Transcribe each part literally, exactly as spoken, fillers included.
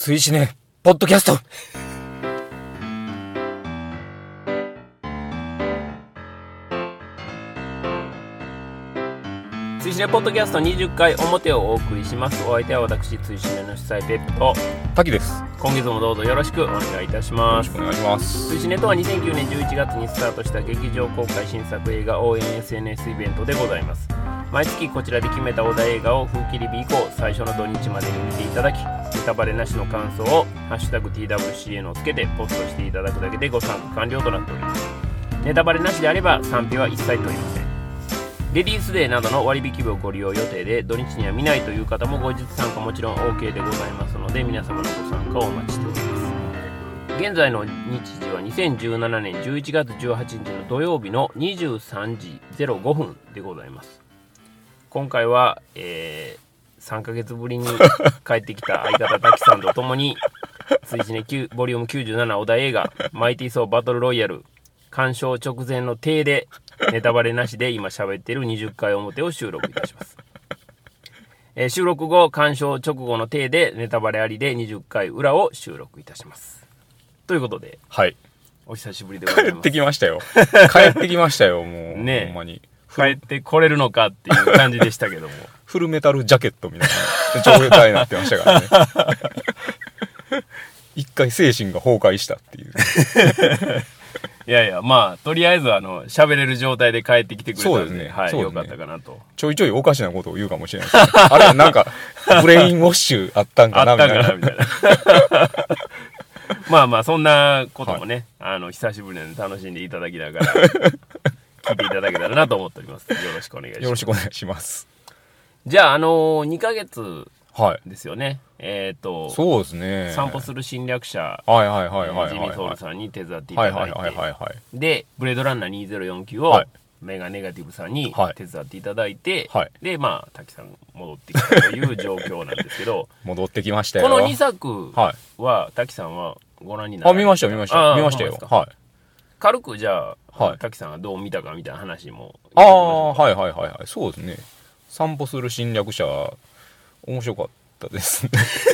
追試ねポッドキャスト。 追試ねポッドキャストにじゅっかい表をお送りします。お相手は私追試ねの主催ペット滝です。 今月もどうぞよろしくお願いいたします。 よろしくお願いします。 追試ねとはにせんきゅうねんじゅういちがつにスタートした劇場公開新作映画応援 エスエヌエス イベントでございます。毎月こちらで決めたお題映画を風切り日以降最初の土日までに見ていただき、ネタバレなしの感想をハッシュタグ ティーダブリューシーエヌ をつけてポストしていただくだけでご参加完了となっております。ネタバレなしであれば賛否は一切問いません。レディースデーなどの割引日をご利用予定で土日には見ないという方も後日参加もちろん OK でございますので、皆様のご参加をお待ちしております。現在の日時はにせんじゅうななねんじゅういちがつじゅうはちにちの土曜日のにじゅうさんじゼロごふんでございます。今回は、えー、さんかげつぶりに帰ってきた相方滝さんとともに追試ねボリュームきゅうじゅうななお題映画マイティーソーバトルロイヤル鑑賞直前の体でネタバレなしで今喋っているにじゅっかい表を収録いたします。えー、収録後鑑賞直後の体でネタバレありでにじゅっかい裏を収録いたします。ということで、 はい、 お久しぶりでございます。 帰ってきましたよ。帰ってきましたよ。もうねえ、 ほんまに帰ってこれるのかっていう感じでしたけどもフルメタルジャケットみたいな状態になってましたからね。一回精神が崩壊したっていう。 いやいや、まあとりあえずあの喋れる状態で帰ってきてくれたんで、 そうですね、 はい、 そうですね、 よかったかなと。 ちょいちょいおかしなことを言うかもしれないです、ね、あれなんかブレインウォッシュあったんかなみたいな。あったんかなみたいな。 まあまあそんなこともね、はい、あの久しぶりなんで楽しんでいただきながら聞いていただけたらなと思っております。よろしくお願いします。 よろしくお願いします。 じゃああのー、にかげつですよね、はい、えっ、ー、とそうですね、 散歩する侵略者、 はいはいはいはいはい、 ジミー・ソウルさんに手伝っていただいて、 はいはいはいはいはい、 でブレードランナーにせんよんじゅうきゅうを、はい、メガネガティブさんに手伝っていただいて、はい、でまあ滝さん戻ってきたという状況なんですけど戻ってきましたよ。 このにさくは、はい、滝さんはご覧になられた？ あ、見ました見ました見ましたよ。はい。 軽くじゃあ、はい、滝さんがどう見たかみたいな話も。 ああ、はいはいはいはい。そうですね。散歩する侵略者面白かったですね。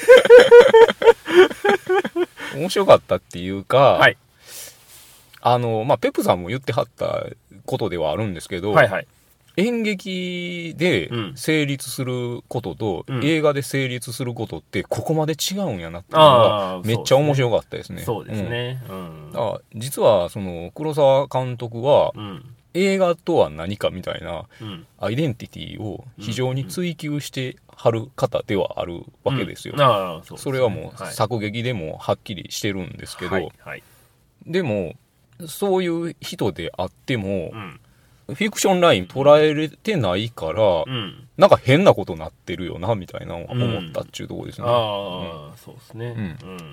面白かったっていうか、はい、あのまあペップさんも言ってはったことではあるんですけど、はいはい、演劇で成立することと、うん、映画で成立することってここまで違うんやなっていうのがめっちゃ面白かったですね。 そうですね。うん、 だから実はその黒沢監督は、うん、映画とは何かみたいなアイデンティティを非常に追求してはる方ではあるわけですよ。うんうん、あ、そうですね、それはもう作劇でもはっきりしてるんですけど、はいはい、でもそういう人であっても、うん、フィクションライン捉えれてないから、うん、なんか変なことなってるよなみたいなのを思ったっていうところですね。うん、ああ、うん、そうですね。うんうん、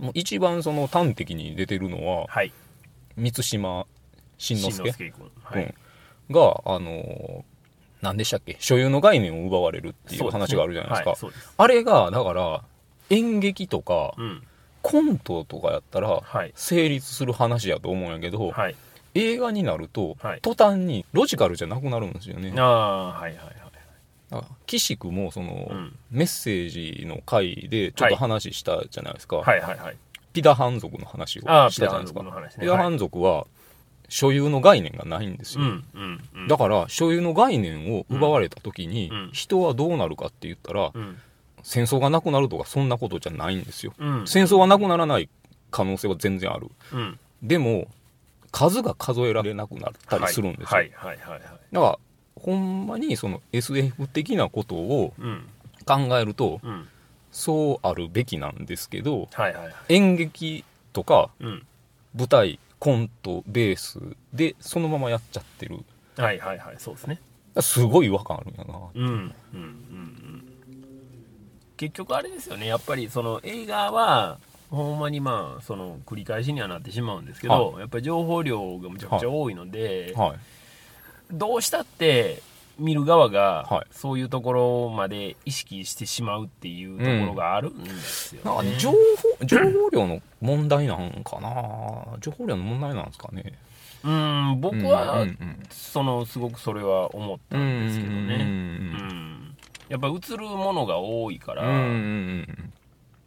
もう一番その端的に出てるのは、はい、満島真之介君、はい、があのー、何でしたっけ、所有の概念を奪われるっていう話があるじゃないですか。そうですね、はい、あれがだから演劇とか、うん、コントとかやったら成立する話やと思うんやけど、はい、映画になると、はい、途端にロジカルじゃなくなるんですよね。ああ、はいはいはい。岸くもその、うん、メッセージの回でちょっと話したじゃないですか。はいはいはい、ピダハン族の話をしたじゃないですか。ピダハン族の話ね。ピダハン族は所有の概念がないんですよ。うんうんうん、だから所有の概念を奪われた時に、うん、人はどうなるかって言ったら、うん、戦争がなくなるとかそんなことじゃないんですよ。うん、戦争はなくならない可能性は全然ある。うん、でも数が数えられなくなったりするんですよ。はいはいはいはい、だからほんまにその エスエフ 的なことを考えると、うん、そうあるべきなんですけど、はいはいはい、演劇とか、うん、舞台コントベースでそのままやっちゃってる。はいはいはい、そうですね。すごい違和感あるんやな。うんうんうんうん。 結局あれですよね。やっぱりその映画はほんまにまあその繰り返しにはなってしまうんですけど、はい、やっぱり情報量がむちゃくちゃ多いので、はいはい、どうしたって見る側がそういうところまで意識してしまうっていうところがあるんですよね。 うん、なんか情報情報量の問題なんかな。情報量の問題なんですかね。 うん、僕は、うんうんうん、そのすごくそれは思ったんですけどね。うんうんうん、やっぱ映るものが多いから、うんうんうん、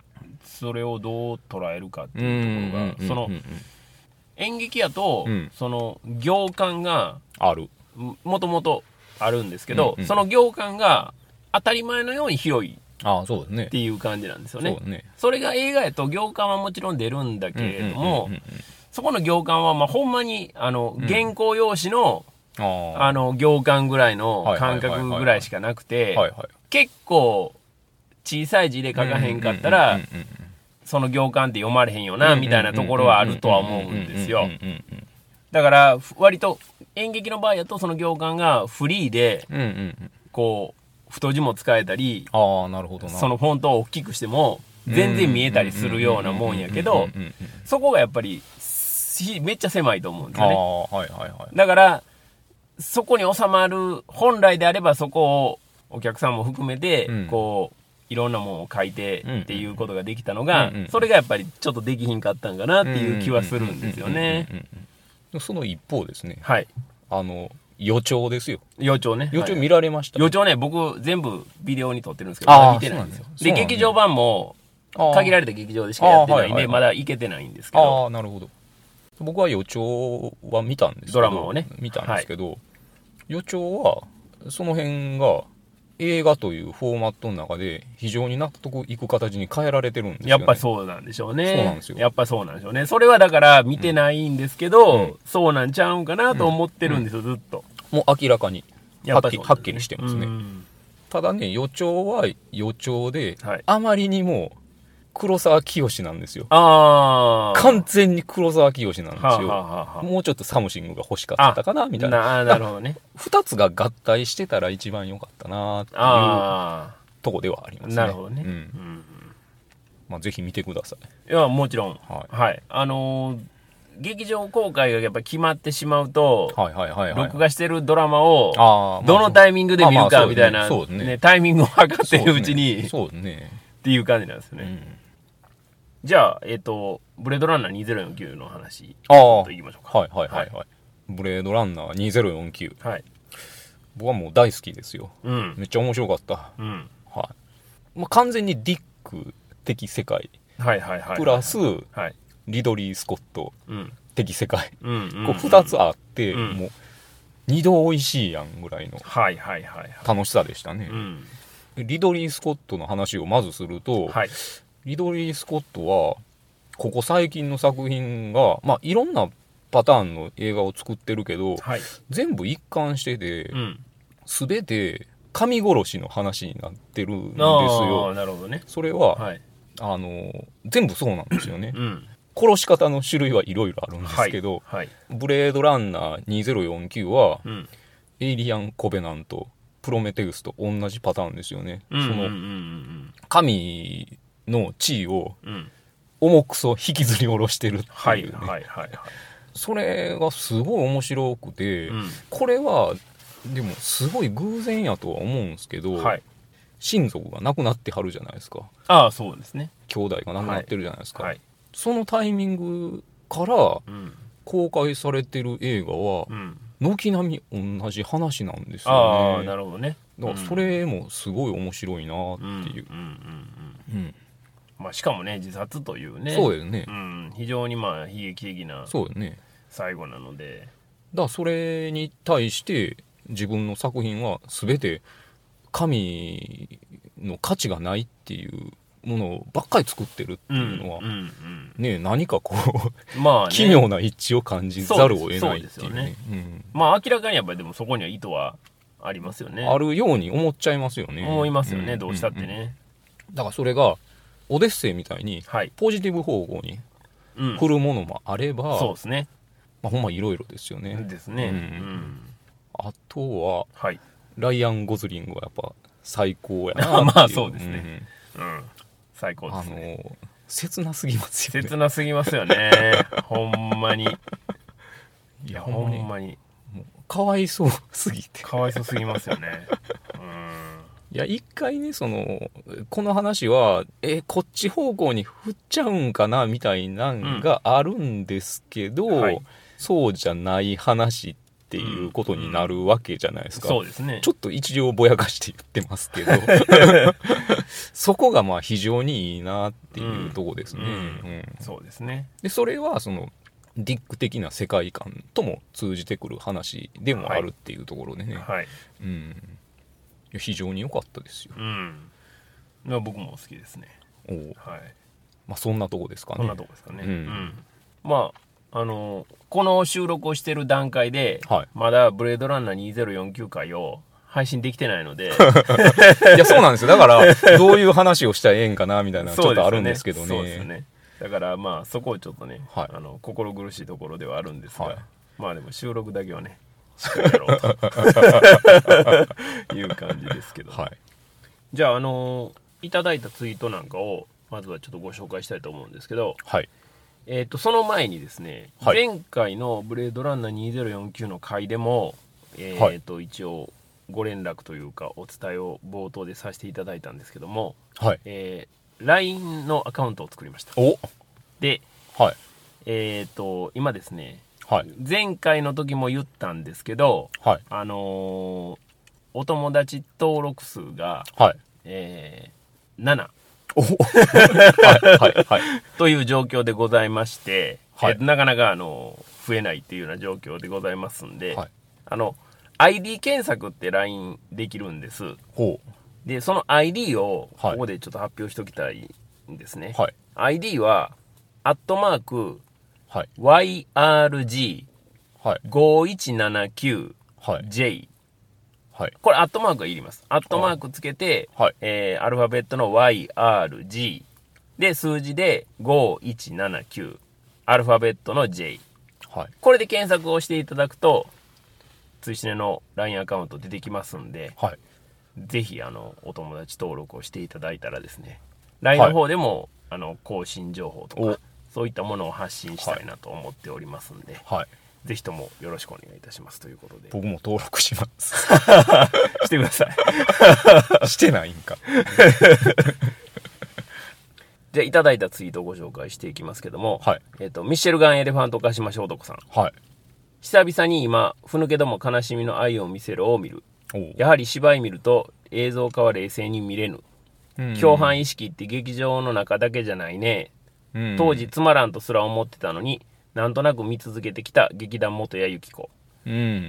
それをどう捉えるかっていうところが、その演劇やと、うん、その行間がある、 もともとあるんですけど、うんうん、その行間が当たり前のように広いっていう感じなんですよね。 そうね。 それが映画やと行間はもちろん出るんだけれども、そこの行間はまあほんまにあの原稿用紙の、うん、あ, あの行間ぐらいの感覚ぐらいしかなくて、結構小さい字で書かへんかったらその行間って読まれへんよなみたいなところはあるとは思うんですよ。だから割と演劇の場合だとその行間がフリーでこう太字も使えたり、 あ、なるほどな、 そのフォントを大きくしても全然見えたりするようなもんやけど、そこがやっぱりめっちゃ狭いと思うんですよね。 あ、はいはいはい、 だからそこに収まる、本来であればそこをお客さんも含めて、うん、こういろんなものを書いてっていうことができたのが、うんうん、それがやっぱりちょっとできひんかったんかなっていう気はするんですよね。 その一方ですね、 はい、 あの予兆ですよ。 予兆ね。 予兆見られました、 はい、予兆ね、僕全部ビデオに撮ってるんですけど、まだ見てないんですよ。で、劇場版も限られた劇場でしかやってないんで、はいはいはい、まだ行けてないんですけど。 ああ、なるほど。僕は予兆は見たんですけど、 ドラマをね見たんですけど、はい、予兆はその辺が映画というフォーマットの中で非常に納得いく形に変えられてるんですよね。 やっぱそうなんでしょうね。 そうなんですよ。 やっぱそうなんでしょうね。それはだから見てないんですけど、うん、そうなんちゃうんかなと思ってるんですよ、うん、ずっと。 もう明らかにはっきり、はっきりしてますね。ただね、予兆は予兆で、はい、あまりにも黒沢清なんですよ。 ああ。 完全に黒沢清なんですよ。はあはあはあ、 もうちょっとサムシングが欲しかったかなみたいな。 な, なるほどね。 二つが合体してたら一番良かったなっていうとこではありますね。 なるほどね。うん。うん、 まあ、ぜひ見てください。 いや、もちろん。はい。はい、あのー、劇場公開がやっぱ決まってしまうと、 はいはいはいはい、 録画してるドラマをどのタイミングで見るかみたいな、ね、タイミングを測ってるうちに、 そうですね。 っていう感じなんですよね。うん、じゃあ、えっ、ー、と、ブレードランナーにせんよんじゅうきゅうの話、と言いましょうか。 はいはいはい、はい、はい。ブレードランナーにせんよんじゅうきゅう。 はい。 僕はもう大好きですよ。 うん。 めっちゃ面白かった。 うん。 はい。まあ、完全にディック的世界。 はいはいはい。 プラス、はい、リドリー・スコット的世界。うん。こう二つあって、うん、もう、二度美味しいやんぐらいのはいはいはい。 楽しさでしたね。 うん。 リドリー・スコットの話をまずすると、 はい。 リドリー・スコットはここ最近の作品が、まあ、いろんなパターンの映画を作ってるけど、 はい、 全部一貫してて、 うん、 全て神殺しの話になってるんですよ。 あ、なるほどね。 それは、 はい、 あの全部そうなんですよね。 うん、 殺し方の種類はいろいろあるんですけど、 はいはい、 ブレードランナーにせんよんじゅうきゅうは、 うん、 エイリアン・コベナント、プロメテウスと同じパターンですよね。 うんうんうんうん、 その神の地位を重くそ引きずり下ろしてるっていうね、 はいはいはいはい、 それがすごい面白くて、 うん、 これはでもすごい偶然やとは思うんですけど、 はい、 親族が亡くなってはるじゃないですか。 ああ、そうですね。 兄弟が亡くなってるじゃないですか、 はいはい、 そのタイミングから公開されてる映画は、 うん軒並み同じ話なんですよね。 ああ、なるほどね。 だからそれもすごい面白いなっていう。 まあしかもね、自殺というね。 そうですね。 うん、非常にまあ悲劇的な最後なので。 だからそれに対して自分の作品は全て神の価値がないっていうものばっかり作ってるっていうのは、 うんうんうん、 ね、何かこう、 まあね、 奇妙な一致を感じざるを得ないっていうね。 うん、まあ明らかにやっぱりでもそこには意図はありますよね。 あるように思っちゃいますよね。 思いますよね、うん、どうしたってね、うんうん。 だからそれがオデッセイみたいにポジティブ方向に振るものもあれば、 うん、そうですね。 まあ、ほんまいろいろですよね。 ですね。うんうん、 あとは、 はい、 ライアン・ゴズリングはやっぱ最高やなまあそうですね。うん、うん、最高ですね。 あの切なすぎますよね。 切なすぎますよね。ほんまに。いや、ほんまに。 もうかわいそうすぎて。 かわいそうすぎますよね。うん。 いや、一回ね、その、この話は、え、こっち方向に振っちゃうんかな、みたいなんがあるんですけど、うん、はい、そうじゃない話っっていうことになるわけじゃないですか、 うん、そうですね。 ちょっと一応ぼやかして言ってますけどそこがまあ非常にいいなっていうとこですね、うんうん、 そうですね。 でそれはそのディック的な世界観とも通じてくる話でもあるっていうところでね、 はい、 うん、いや非常に良かったですよ、 うん、僕も好きですね。 お、はい、まあそんなとこですかね。 そんなとこですかね、 うんうん、 まああのこの収録をしてる段階で、はい、まだブレードランナーにせんよんじゅうきゅう回を配信できてないのでいやそうなんですよ。だからどういう話をしたらええんかなみたいなちょっとあるんですけどね。 そうですね。だからまあそこをちょっとね、はい、あの心苦しいところではあるんですが、はい、まあでも収録だけはねしっかりやろうという感じですけど、はい、じゃああのいただいたツイートなんかをまずはちょっとご紹介したいと思うんですけど、はい、えーとその前にですね、はい、前回のブレードランナーにせんよんじゅうきゅうの回でも、えーとはい、一応ご連絡というかお伝えを冒頭でさせていただいたんですけども、はい、えーライン のアカウントを作りました。おで、はい、えーと今ですね、はい、前回の時も言ったんですけど、はい、あのー、お友達登録数が、はい、えー、ななおはいはいはいという状況でございまして、はい、えー、なかなかあの増えないっていうような状況でございますんで、はい、あの アイディー 検索って ライン できるんです。ほうでその アイディー をここでちょっと発表しておきたいんですね、はい、アイディー はアットマーク、はい、ワイアールジーごいちななきゅうジェイ、はい、これアットマークがいります。アットマークつけて、はい、えー、アルファベットの ワイアールジー で数字でごいちななきゅうアルファベットの J、はい、これで検索をしていただくとついしねの ライン アカウント出てきますんで、はい、ぜひあのお友達登録をしていただいたらですね ライン の方でも、はい、あの更新情報とかそういったものを発信したいなと思っておりますんで、はい、ぜひともよろしくお願いいたしますということで。 僕も登録しますしてくださいしてないんかじゃあいただいたツイートをご紹介していきますけども、はい、えーと、ミッシェルガンエレファントカシマショウトコさん、はい、久々に今ふぬけども悲しみの愛を見せるを見る。やはり芝居見ると映像化は冷静に見れぬ。共犯意識って劇場の中だけじゃないね。当時つまらんとすら思ってたのになんとなく見続けてきた劇団元谷由紀子、うん、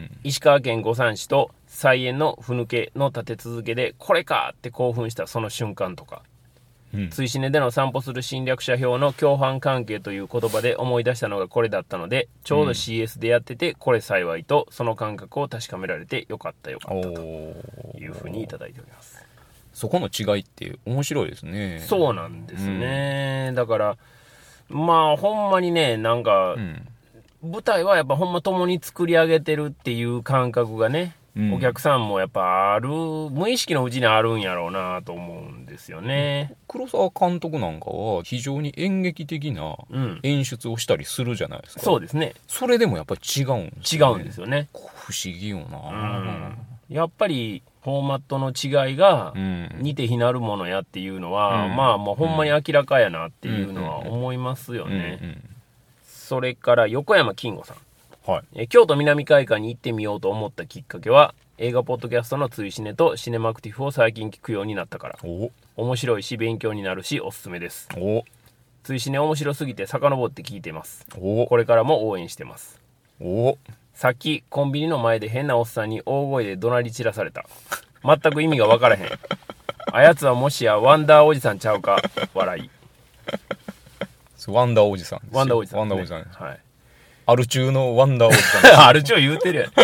石川県五山市と菜園のふぬけの立て続けでこれかって興奮したその瞬間とか、うん、追試ねでの散歩する侵略者表の共犯関係という言葉で思い出したのがこれだったのでちょうど シーエス でやっててこれ幸いとその感覚を確かめられてよかったよかったというふうにいただいております。 そこの違いって面白いですね。 そうなんですね、うん、だからまあほんまにねなんか、うん、舞台はやっぱほんま共に作り上げてるっていう感覚がね、うん、お客さんもやっぱある無意識のうちにあるんやろうなと思うんですよね、うん、 黒沢監督なんかは非常に演劇的な演出をしたりするじゃないですか、 うん、そうですね。 それでもやっぱり違うんですよね。 違うんですよね。 不思議よな、 うん、やっぱりフォーマットの違いが似て非なるものやっていうのは、うん、まあもうほんまに明らかやなっていうのは思いますよね、うんうんうん、それから横山金吾さん、はい、え京都南会館に行ってみようと思ったきっかけは映画ポッドキャストの追シネとシネマクティフを最近聞くようになったから。お面白いし勉強になるしおすすめです。お追シネ面白すぎて遡って聞いてます。おこれからも応援してます。おさっきコンビニの前で変なおっさんに大声で怒鳴り散らされた。全く意味が分からへん。あやつはもしやワンダーおじさんちゃうか笑い。 ワンダーおじさんですよ。 ワンダーおじさん、ね、 ワンダーおじさん、 はい、 アル中のワンダーおじさんアル中言うてるやん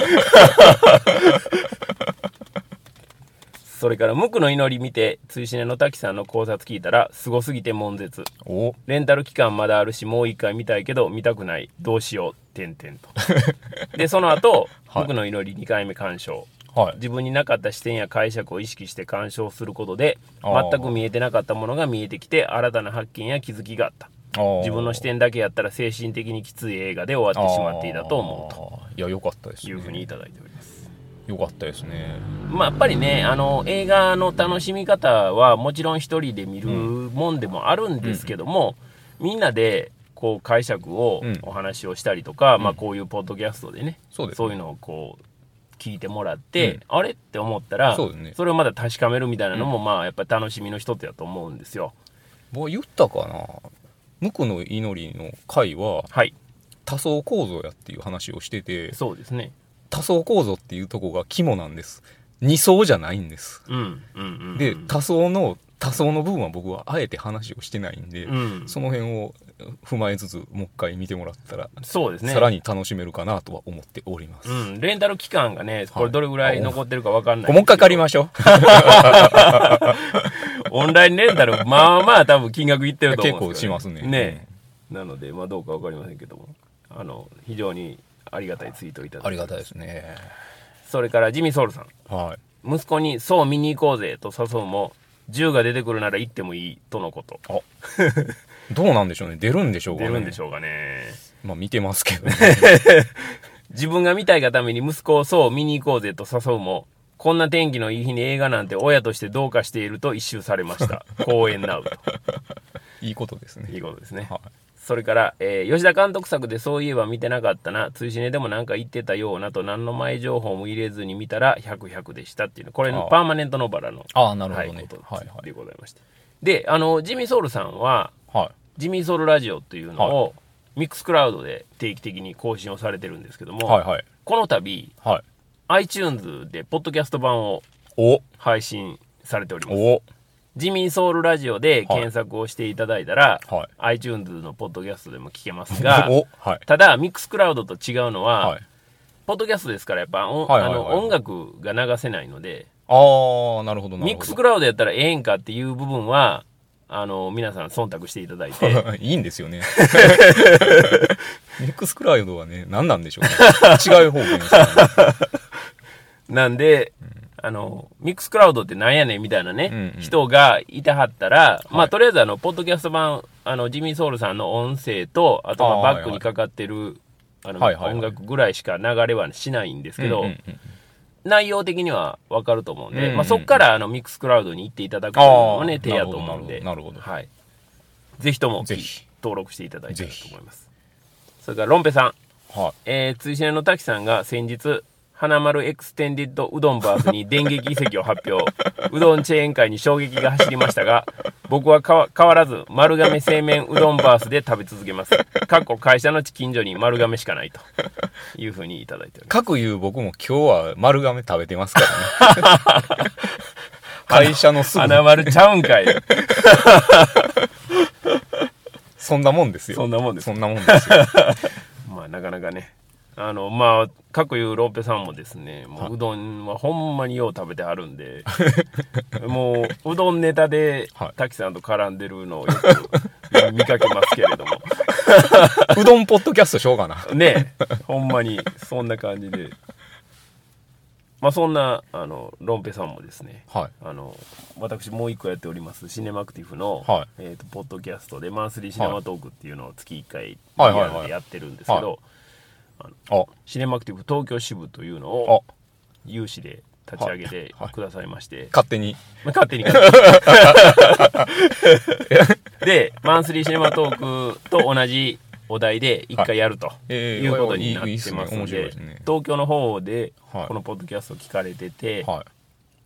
それから無垢の祈り見て追試ねの滝さんの考察聞いたらすごすぎて悶絶。おレンタル期間まだあるしもう一回見たいけど見たくないどうしよう点々とでその後、はい、無垢の祈りにかいめ鑑賞、はい、自分になかった視点や解釈を意識して鑑賞することで全く見えてなかったものが見えてきて新たな発見や気づきがあった。自分の視点だけやったら精神的にきつい映画で終わってしまっていたと思うと。 いや良かったですね。 いうふうにいただいております。 良かったですね。 まあやっぱりねあの映画の楽しみ方はもちろん一人で見るもんでもあるんですけども、うんうん、みんなでこう解釈をお話をしたりとか、 うん、 まあ、こういうポッドキャストでね、 そうですね、 そういうのをこう聞いてもらって、うん、あれって思ったら そ,、ね、それをまだ確かめるみたいなのも、うん、まあやっぱり楽しみの一つやと思うんですよ。 僕言ったかな、無垢の祈りの回は、はい、多層構造やっていう話をしてて、 そうですね、 多層構造っていうとこが肝なんです。二層じゃないんです、 うんうんうんうん、 で多層の多層の部分は僕はあえて話をしてないんで、うん、その辺を踏まえつつもう一回見てもらったら、 そうですね、 さらに楽しめるかなとは思っております、 うん、レンタル期間がねこれどれぐらい残ってるか分かんない、はい、 もう一回借りましょうオンラインレンタルまあまあ多分金額いってると思うんですよ、ね、 結構しますね、 ね、うん、なのでまあどうか分かりませんけども、あの非常にありがたいツイートをいただきました。 ありがたいですね。 それからジミーソウルさん、 はい、 息子にそう見に行こうぜと誘うも銃が出てくるなら行ってもいいとのこと。あどうなんでしょうね、出るんでしょうかね。 出るんでしょうかね。 まあ見てますけど、ね、 自分が見たいがために息子をそう見に行こうぜと誘うも、こんな天気のいい日に映画なんて親としてどうかしていると一蹴されました公演ナウといいことですね。 いいことですね、 はい。 それから、えー、吉田監督作でそういえば見てなかったな、追試ねでもなんか言ってたようなと何の前情報も入れずに見たらひゃく、ひゃくでしたっていうの、これのパーマネントノバラのああなるほどね、 はい、ことでございまして、であのジミーソウルさんは、はい、ジミーソウルラジオっていうのを、はい、ミックスクラウドで定期的に更新をされてるんですけども、はいはい、この度、はい、iTunes でポッドキャスト版を配信されております。おジミーソウルラジオで検索をしていただいたら、はい、iTunes のポッドキャストでも聞けますが、はい、ただミックスクラウドと違うのは、はい、ポッドキャストですからやっぱ、はいはいはいはい、あの音楽が流せないので、 あーなるほどなるほど、 ミックスクラウドやったらええんかっていう部分はあの皆さん忖度していただいていいんですよねミックスクラウドはね何なんでしょうね違う方向にした、ね、 なんで、うん、あのミックスクラウドってなんやねんみたいなね、うんうん、人がいてはったら、はい、まあとりあえずあのポッドキャスト版あのジミーソウルさんの音声とあとまあバックにかかってるあの、はいはい、音楽ぐらいしか流れはしないんですけど、うんうんうん、内容的には分かると思うんで、うんうんうん、まあ、そこからあのミックスクラウドに行っていただくというのもね手やと思うんで、 なるほど、 はい、ぜひともぜひ登録していただいたらと思います。それからロンペさん、はい、えー、追試ねの滝さんが先日花丸エクステンディッドうどんバースに電撃移籍を発表うどんチェーン界に衝撃が走りましたが僕はか変わらず丸亀製麺うどんバースで食べ続けます。かっこ会社の近所に丸亀しかないというふうにいただいております。 かくいう僕も今日は丸亀食べてますからね会社のすぐ花丸ちゃうんかいそんなもんですよ。 そんなもんですそんなもんですよまあなかなかね、あのまあかくいうロンペさんもですね、もううどんはほんまによう食べてはるんでもううどんネタで滝さんと絡んでるのをよく見かけますけれどもうどんポッドキャストしようかなねえ、ほんまにそんな感じで、まあそんなあのロンペさんもですね、はい、あの私もう一個やっておりますシネマクティフの、はい、えーとポッドキャストでマンスリーシネマトークっていうのを月いっかいリアルでやってるんですけど、はいはいはい、あのシネマクティブ東京支部というのを有志で立ち上げてくださいまして、はいはい、 勝手に、 まあ、勝手に勝手にでマンスリーシネマトークと同じお題で一回やるということになってますので、東京の方でこのポッドキャスト聞かれてて、はい、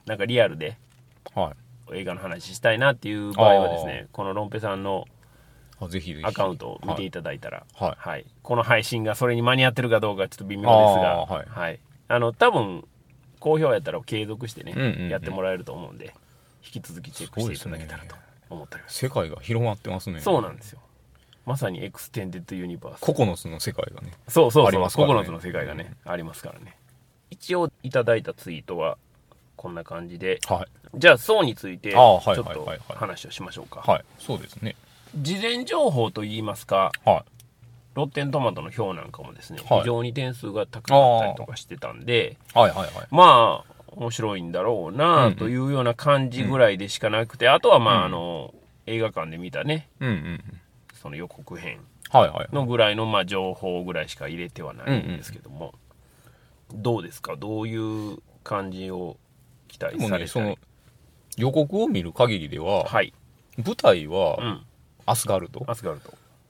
なんかリアルで映画の話したいなっていう場合はですね、このロンペさんのアカウントを見ていただいたら、はいはい、この配信がそれに間に合ってるかどうかちょっと微妙ですが、はいはい、あの多分好評やったら継続してね、うんうんうん、やってもらえると思うんで引き続きチェックしていただけたらと思っております。 世界が広がってますね。 そうなんですよ。まさにエクステンデッドユニバース、 ここのつの世界がね、 そうそうそう、ありますからね、ここのつの世界がね、うん、ありますからね。一応いただいたツイートはこんな感じで、はい、じゃあ層についてちょっと話をしましょうか。 はい、はい、そうですね。 事前情報といいますか、はい、ロッテントマトの表なんかもですね、はい、非常に点数が高かったりとかしてたんで、はいはいはい、まあ面白いんだろうなというような感じぐらいでしかなくて、うん、あとはまあ、うん、あの映画館で見たね、うんうん、その予告編のぐらいのまあ情報ぐらいしか入れてはないんですけども、うんうん、どうですか、どういう感じを期待されたり。でもね、その予告を見る限りでは、はい、舞台は、うん、アスガルドアスガルド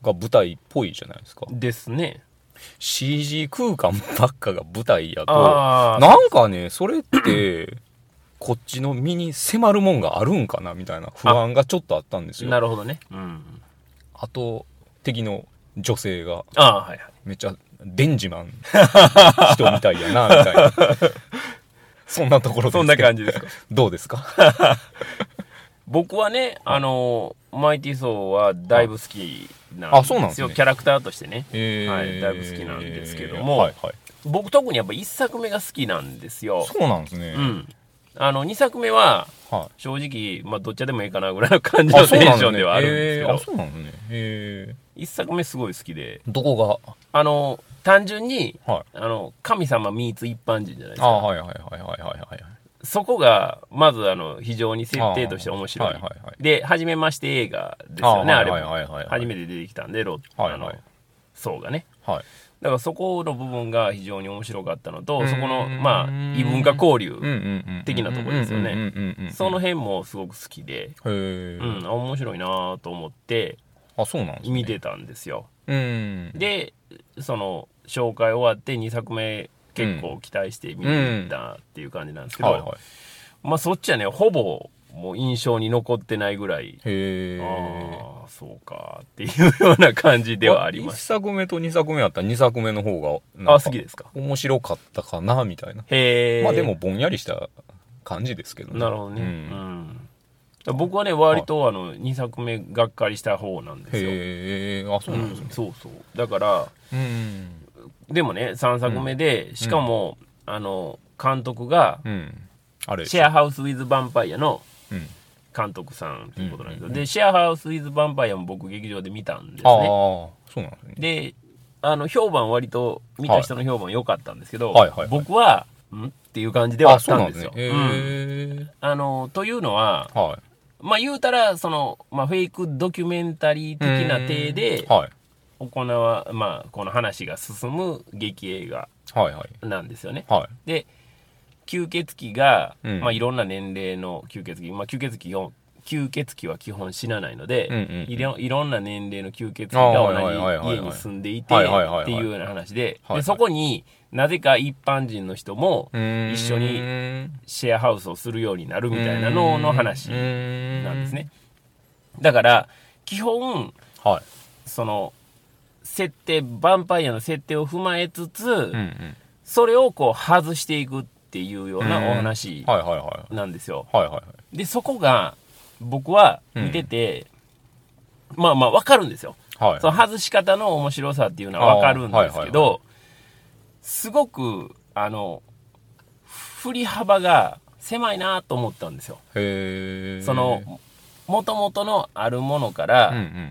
が舞台っぽいじゃないですか。 ですね。 シージー 空間ばっかが舞台やと、なんかね、それって、こっちの身に迫るもんがあるんかなみたいな不安がちょっとあったんですよ。 なるほどね。うん。 あと、敵の女性が、 あ、はいはい、 めっちゃデンジマン人みたいやな、みたいな。そんなところですか。 そんな感じですか。 どうですか。 僕はね、あのマイティー・ソーはだいぶ好きなんですよ。あ、そうなんですね。キャラクターとしてね、はい、だいぶ好きなんですけども、はいはい、僕特にやっぱいっさくめが好きなんですよ。 そうなんですね。うん。 あのにさくめは正直、まあ、どっちでもいいかなぐらいの感じのテンションではあるんですけど、 あ、そうなんですね。へいっさくめすごい好きで。 どこが？ あの単純に、はい、あの神様ミーツ一般人じゃないですか。 あ、はいはいはいはいはいはい。 そこがまずあの非常に設定として面白い。はいはいはい、で初めまして映画ですよね。あれも初めて出てきたんで、ロッ、はいはい、あのソーがね、はい、だからそこの部分が非常に面白かったのと、そこのまあ異文化交流的なところですよね。その辺もすごく好きで、うん、面白いなと思って見てたんですよ。でその紹介終わってにさくめ結構期待して見に行ったっていう感じなんですけど、うんはいはい、まあそっちはねほぼもう印象に残ってないぐらい、へああそうかっていうような感じではあります。いっさくめとにさくめあったらにさくめの方がなんか好きですか。 面白かったかなみたいな。へまあでもぼんやりした感じですけどね。 なるほどね、うんうん、僕はね割とあのにさくめがっかりした方なんですよ。 へえ、あそうなんですね、うん、 そうそうだからうんでもねさんさくめで、うん、しかも、うん、あの監督が、うん、あれシェアハウス・ウィズ・ヴァンパイアの監督さんということなんですよ、うん、でシェアハウス・ウィズ・ヴァンパイアも僕劇場で見たんですね。あそうなんですね。 であの評判割と見た人の評判良かったんですけど、はいはいはいはい、僕はんっていう感じではあったんですよ。へー、うん、あのというのは、はい、まあ言うたらその、まあ、フェイクドキュメンタリー的な体で、はい行わ、まあ、この話が進む劇映画なんですよね。はいはい、で吸血鬼が、うんまあ、いろんな年齢の吸血鬼、まあ、吸血鬼を吸血鬼は基本死なないので、うんうんうん、いろ、いろんな年齢の吸血鬼が同じ家に住んでいてっていうような話で、でそこになぜか一般人の人も一緒にシェアハウスをするようになるみたいなのの話なんですね。だから基本、はい、その設定ヴァンパイアの設定を踏まえつつ、うんうん、それをこう外していくっていうようなお話なんですよ。でそこが僕は見てて、うん、まあまあ分かるんですよ、はいはい、その外し方の面白さっていうのは分かるんですけど、はいはいはい、すごくあの振り幅が狭いなと思ったんですよ。へその元々のあるものから、うんうん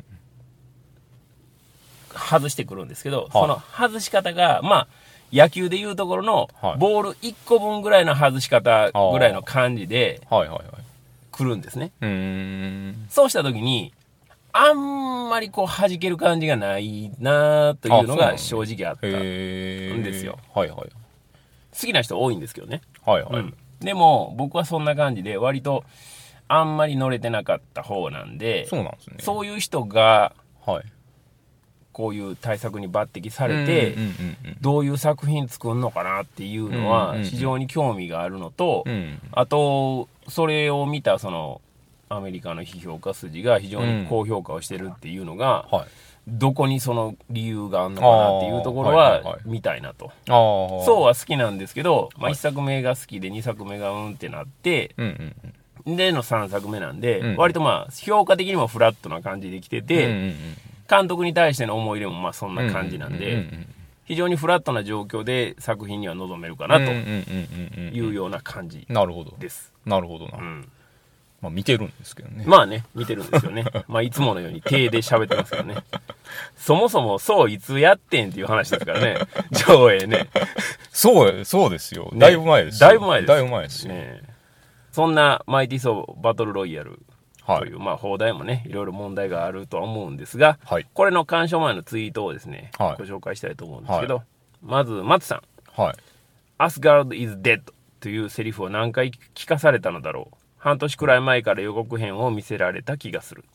外してくるんですけど、はい、その外し方がまあ野球でいうところのボールいっこぶんぐらいの外し方ぐらいの感じで来るんですね。うーんそうした時にあんまりこう弾ける感じがないなというのが正直あったんですよ。はいはい、好きな人多いんですけどね、はいはいうん、でも僕はそんな感じで割とあんまり乗れてなかった方なんで、そうなんですね、そういう人が、はいこういう対策に抜擢されてどういう作品作るのかなっていうのは非常に興味があるのと、あとそれを見たそのアメリカの批評家筋が非常に高評価をしてるっていうのがどこにその理由があるのかなっていうところは見たいなと。そうは好きなんですけど、まあ、いっさくめが好きでにさくめがうんってなってでのさんさくめなんで割とまあ評価的にもフラットな感じで来てて、監督に対しての思い入れもまあそんな感じなんで非常にフラットな状況で作品には臨めるかなというような感じです。 なるほどなるほどな、うんまあ、見てるんですけどね。 まあね見てるんですよねまあいつものように手で喋ってますけどねそもそもそういつやってんっていう話ですからね上映ねそうそうですよ、ね、だいぶ前ですよだいぶ前ですだいぶ前ですよ、 ね、そんなマイティーソーバトルロイヤルという、はい、まあ放題もねいろいろ問題があるとは思うんですが、はい、これの鑑賞前のツイートをですね、はい、ご紹介したいと思うんですけど、はい、まず松さん、はい、アスガルド is dead というセリフを何回聞かされたのだろう。半年くらい前から予告編を見せられた気がする。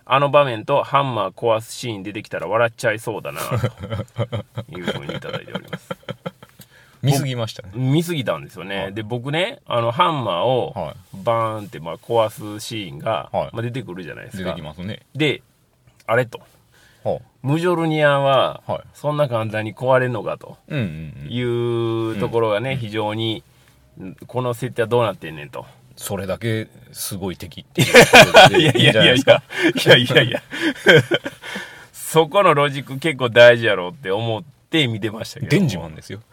あの場面とハンマー壊すシーン出てきたら笑っちゃいそうだなというふうにいただいております。 見すぎましたね。 見すぎたんですよね、はい、で僕ねあのハンマーをバーンってまあ壊すシーンが、はいまあ、出てくるじゃないですか。 出てきますね。 であれと、はあ、ムジョルニアはそんな簡単に壊れんのかというところがね、うん、非常にこの設定はどうなってんねんと。 それだけすごい敵っていうことでいいんじゃないですか。 いやいやいやいやいやいやそこのロジック結構大事やろうって思って見てましたけど。 デンジマンですよ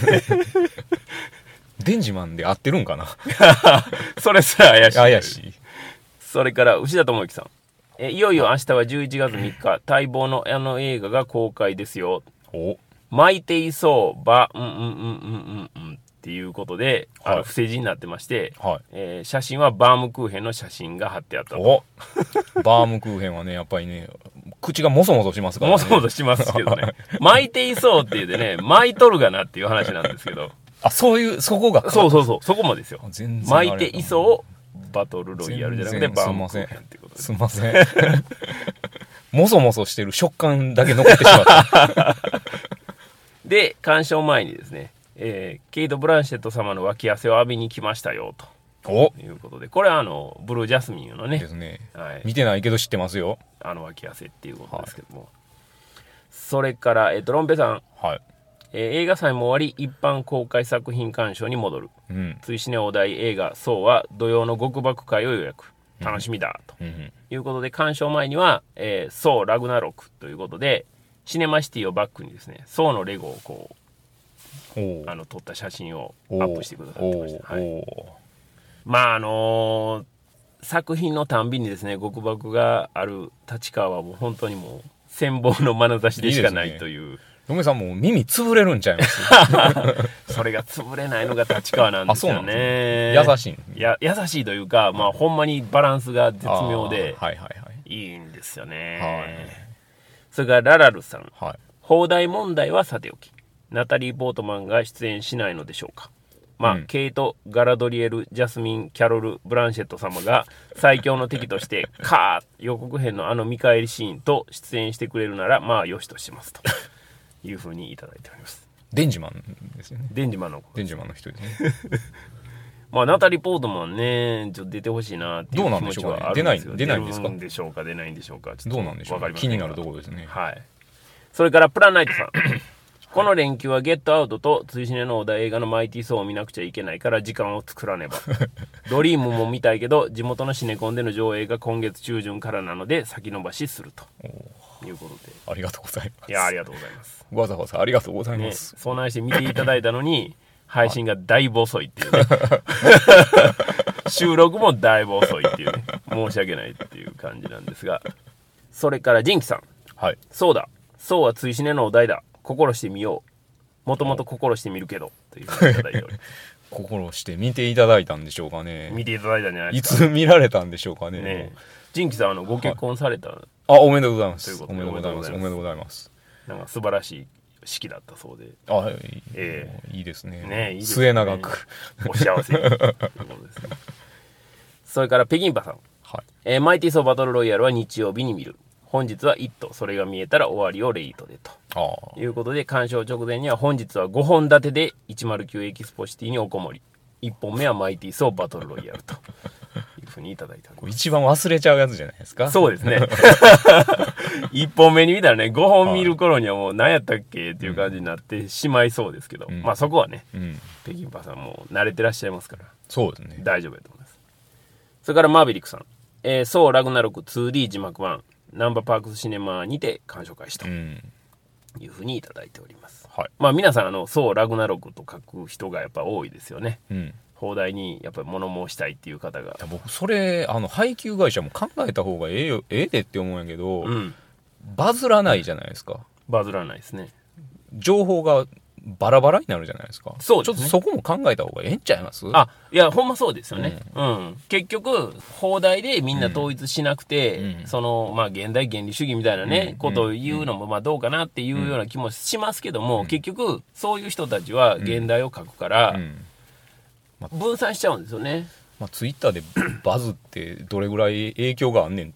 デンジマンで合ってるんかなそれすら怪しい。 怪しい。 それから牛田智之さん、えいよいよ明日はじゅういちがつみっか待望のあの映画が公開ですよ。 お巻いていそうばうんうんうんうんうんうんっていうことで、はい、あの伏せ字になってまして、はいえー、写真はバームクーヘンの写真が貼ってあったと。 おバームクーヘンはねやっぱりね口がもそもそしますからね。 もそもそしますけどね巻いていそうって言うてね巻いとるがなっていう話なんですけどあそういうそこがそうそうそうそこもですよ。巻いていそうバトルロイヤルじゃなくてバームクーヘンってことです。 すいませんもそもそしてる食感だけ残ってしまったで鑑賞前にですねえー、ケイト・ブランシェット様の脇汗を浴びに来ましたよということで、これはあのブルージャスミンのねですね、はい、見てないけど知ってますよあの脇汗っていうことですけども、はい、それから、えー、とロンペさん、 はいえー、映画祭も終わり一般公開作品鑑賞に戻る、うん、追試ねお題映画ソーは土曜の極爆会を予約楽しみだ、うん、ということで鑑賞前には、えー、ソーラグナロクということでシネマシティをバックにですねソーのレゴをこうあの撮った写真をアップしてくださってました、はい、まああのー、作品のたんびにですね極爆がある立川はもう本当にもう羨望の眼差しでしかないという。 嫁さんもう耳潰れるんちゃいますそれが潰れないのが立川なんですよね。 優しいや優しいというか、まあ、ほんまにバランスが絶妙ではいはいはい、 いいんですよね、 はい、 それからララルさん、 はい、 放題問題はさておきナタリー・ポートマンが出演しないのでしょうか。まあ、うん、ケイト・ガラドリエル・ジャスミン・キャロル・ブランシェット様が最強の敵としてカー予告編のあの見返りシーンと出演してくれるならまあよしとしますというふうにいただいております。 デンジマンですよね。 デンジマンのデンジマンの人ですねまあナタリー・ポートマンねちょっと出てほしいなっていう気持ちはあるんですよ。 出ないんですか。 出るんでしょうか出ないんでしょうかちょっとどうなんでしょう、ね、気になるところですね。 はい。それからプランナイトさんこの連休はゲットアウトと追試ねのお題映画のマイティーソーを見なくちゃいけないから時間を作らねばドリームも見たいけど地元のシネコンでの上映が今月中旬からなので先延ばしするということでありがとうございます。 いやありがとうございます。 わざわざありがとうございます、 ね、そうなんして見ていただいたのに配信がだいぶ遅いっていうね収録もだいぶ遅いっていうね申し訳ないっていう感じなんですが、それからジンキさん、 はい、 そうだそうは追試ねのお題だ心してみようもともと心してみるけどというふうにいただいており心して見ていただいたんでしょうかね。 見ていただいたんじゃないですか。いつ見られたんでしょうか ね, ねジンキさんあのご結婚された、はい、 あおめでとうございます。おめでとうございます。おめでとうございます。 なんか素晴らしい式だったそうで、 あ、 えー、 いいですね。 ねいいですね。 末永くお幸せにということですね。それから北京パさん、 はい、 えー、マイティーソーバトルロイヤルは日曜日に見る。本日はイットそれが見えたら終わりをレイトでということで鑑賞直前には本日はごほん立てでいちまるきゅうエキスポシティにおこもりいっぽんめはマイティーソーバトルロイヤルというふうにいただいたんです。 一番忘れちゃうやつじゃないですか。 そうですねいっぽんめに見たらねごほん見る頃にはもう何やったっけっていう感じになってしまいそうですけど、うん、まあそこはね、うん、北京パさんも慣れてらっしゃいますからそうですね大丈夫だと思います。それからマーヴェリックさん、えー、ソーラグナロク ツーディー 字幕版ナンバーパークスシネマにて鑑賞開始というふうにいただいております、 はい、 まあ皆さんあのそうラグナロクと書く人がやっぱ多いですよね、うん、放題にやっぱり物申したいっていう方が。 僕それあの配給会社も考えた方がええよええでって思うんやけど、うん、バズらないじゃないですか。 バズらないですね。 情報がバラバラになるじゃないですか。 そうですね。 ちょっとそこも考えた方がええんちゃいます？ あ、いやほんまそうですよね。うん。うん、結局放題でみんな統一しなくて、うん、そのまあ現代原理主義みたいなね、うん、ことを言うのもまあどうかなっていうような気もしますけども、うん、結局そういう人たちは現代を書くから、うんうんまあ、分散しちゃうんですよね。 まあ、ツイッターでバズってどれぐらい影響があんねんっていう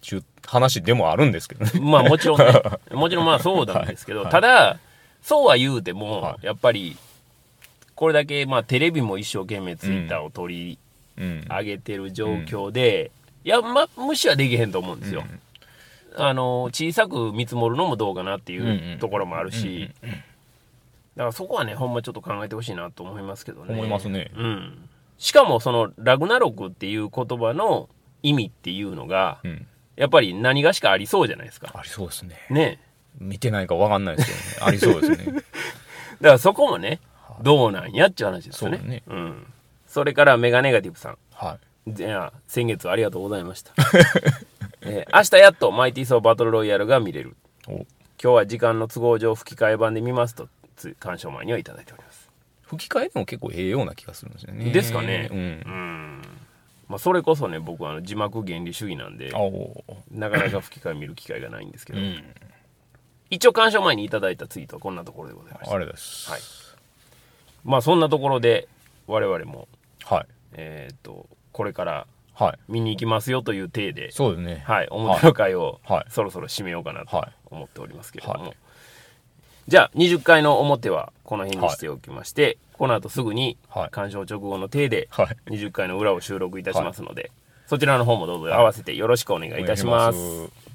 話でもあるんですけどね。 まあもちろんね、もちろんまあそうなんですけど、はい、ただ、そうは言うても、はい、やっぱり、これだけ、まあテレビも一生懸命ツイッターを取り上げてる状況で、うん、いや、ま、無視はできへんと思うんですよ。うん、あの、小さく見積もるのもどうかなっていうところもあるし、だからそこはね、ほんまちょっと考えてほしいなと思いますけどね。 思いますね。 うん。しかもその、ラグナロクっていう言葉の意味っていうのが、うん、やっぱり何がしかありそうじゃないですか。 ありそうですね。 ね。 見てないか分かんないですけどね。ありそうですね。 だからそこもね、どうなんやっちゅう話ですよね。そうね。うん。それからメガネガティブさん。はい。じゃあ、先月ありがとうございました。えー、明日やっとマイティーソーバトルロイヤルが見れる。お今日は時間の都合上吹き替え版で見ますと、鑑賞前にはいただいております。 吹き替えでも結構ええような気がするんですよね。 ですかね。うん。うんまあ、それこそね、僕はあの字幕原理主義なんで、なかなか吹き替え見る機会がないんですけど、うん、一応鑑賞前にいただいたツイートはこんなところでございました。 あれです。はい。 まあそんなところで我々も、はい。えっとこれから見に行きますよという体で、 そうですね。 はい。表の会をそろそろ締めようかなと思っておりますけれども、はいはい、じゃあにじゅっかいの表はこの辺にしておきまして、はい、この後すぐに鑑賞直後の体でにじゅっかいの裏を収録いたしますので、はい、そちらの方もどうぞ合わせてよろしくお願いいたします。